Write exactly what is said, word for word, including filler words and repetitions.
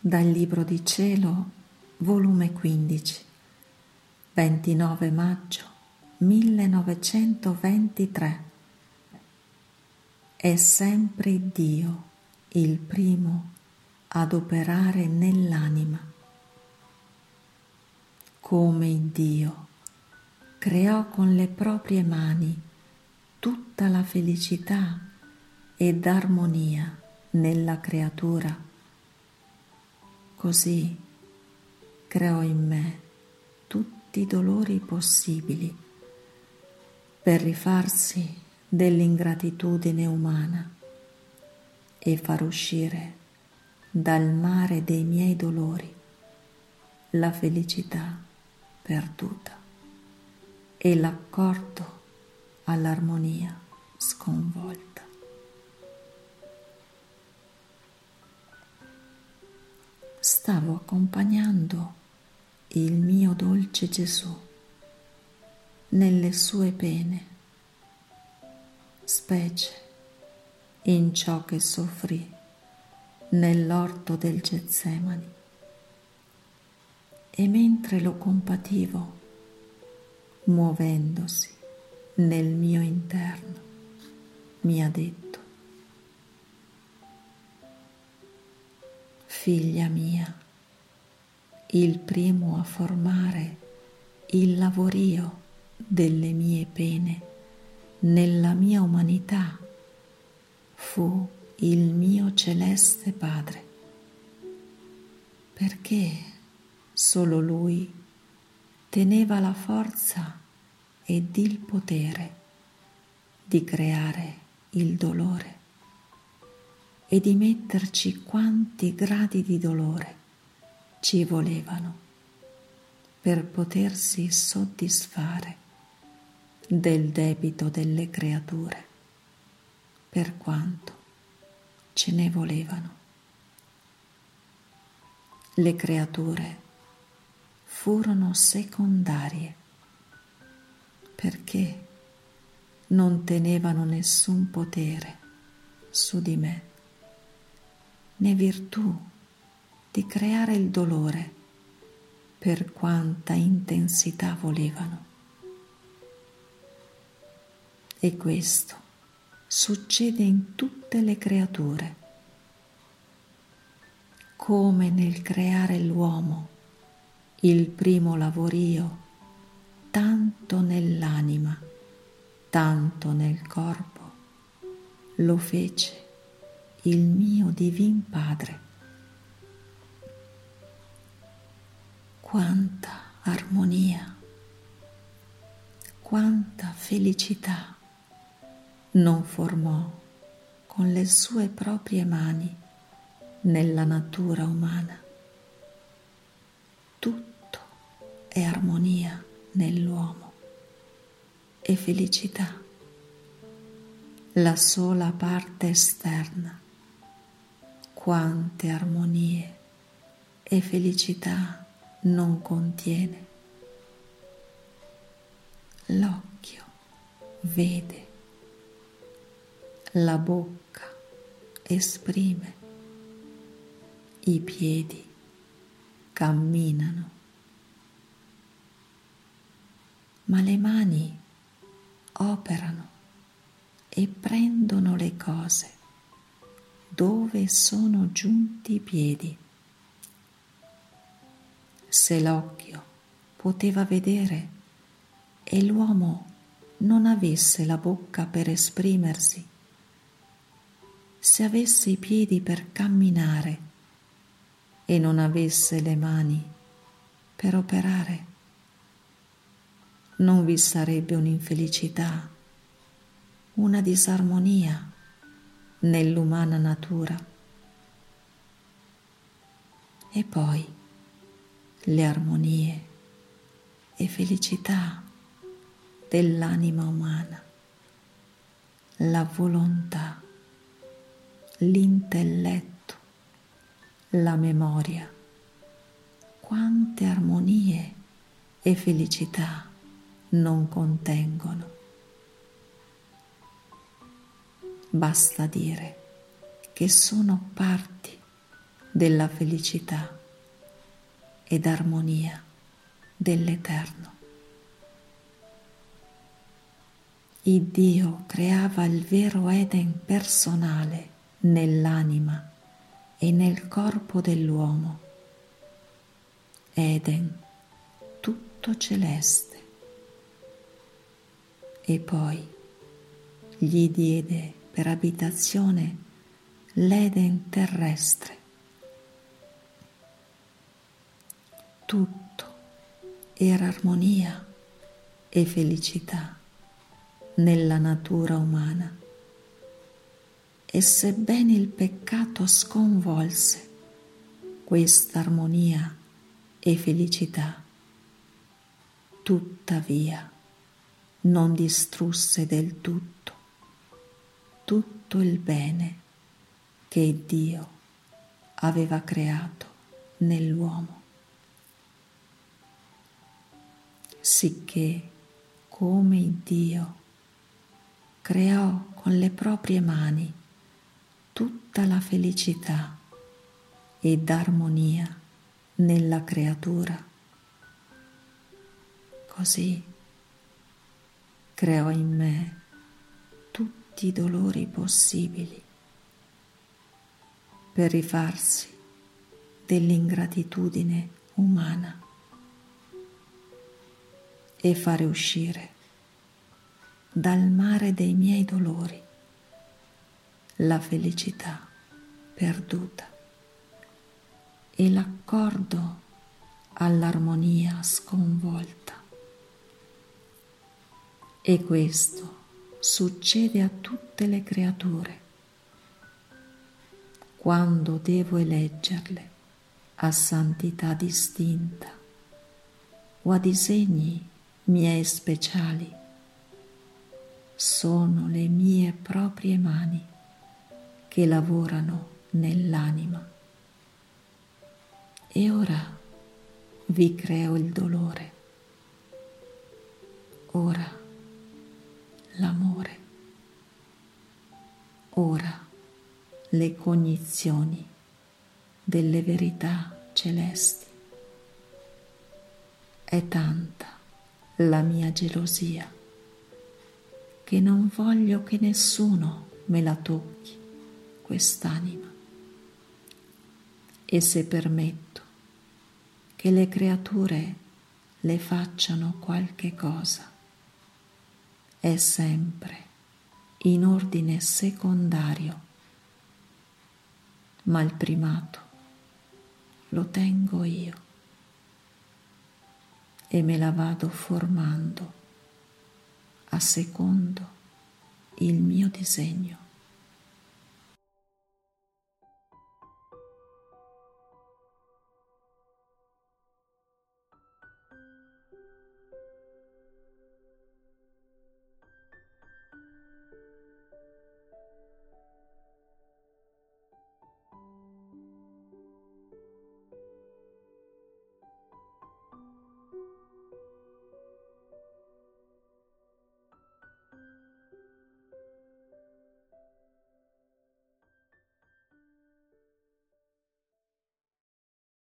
Dal Libro di Cielo, volume quindici, ventinove maggio millenovecentoventitré. È sempre Dio il primo ad operare nell'anima. Come Dio creò con le proprie mani tutta la felicità ed armonia nella creatura, così creò in me tutti i dolori possibili per rifarsi dell'ingratitudine umana e far uscire dal mare dei miei dolori la felicità perduta e l'accordo all'armonia sconvolta. Stavo accompagnando il mio dolce Gesù nelle sue pene, specie in ciò che soffrì nell'orto del Getsemani, e mentre lo compativo, muovendosi nel mio interno, mi ha detto: figlia mia, il primo a formare il lavorio delle mie pene nella mia umanità fu il mio celeste Padre, perché solo Lui teneva la forza ed il potere di creare il dolore e di metterci quanti gradi di dolore ci volevano per potersi soddisfare del debito delle creature, per quanto ce ne volevano. Le creature furono secondarie perché non tenevano nessun potere su di me, né virtù di creare il dolore per quanta intensità volevano. E questo succede in tutte le creature, come nel creare l'uomo, il primo lavorio, tanto nell'anima, tanto nel corpo, lo fece il mio Divin Padre. Quanta armonia, quanta felicità non formò con le sue proprie mani nella natura umana. Tutto è armonia nell'uomo e felicità. La sola parte esterna, quante armonie e felicità non contiene. L'occhio vede, la bocca esprime, i piedi camminano, ma le mani operano e prendono le cose dove sono giunti i piedi. Se l'occhio poteva vedere e l'uomo non avesse la bocca per esprimersi, se avesse i piedi per camminare e non avesse le mani per operare, non vi sarebbe un'infelicità, una disarmonia nell'umana natura. E poi le armonie e felicità dell'anima umana, la volontà, l'intelletto, la memoria, quante armonie e felicità non contengono. Basta dire che sono parti della felicità ed armonia dell'Eterno. Il Dio creava il vero Eden personale nell'anima e nel corpo dell'uomo. Eden tutto celeste. E poi gli diede per abitazione l'Eden terrestre. Tutto era armonia e felicità nella natura umana. E sebbene il peccato sconvolse questa armonia e felicità, tuttavia non distrusse del tutto tutto il bene che Dio aveva creato nell'uomo. Sicché come Dio creò con le proprie mani tutta la felicità ed armonia nella creatura, così creò in me tutti i dolori possibili per rifarsi dell'ingratitudine umana e fare uscire dal mare dei miei dolori la felicità perduta e l'accordo all'armonia sconvolta. E questo succede a tutte le creature quando devo eleggerle a santità distinta o a disegni miei speciali. Sono le mie proprie mani che lavorano nell'anima. E ora vi creo il dolore, ora l'amore, ora le cognizioni delle verità celesti. È tanta la mia gelosia che non voglio che nessuno me la tocchi quest'anima. E se permetto che le creature le facciano qualche cosa, è sempre in ordine secondario, ma il primato lo tengo io e me la vado formando a secondo il mio disegno.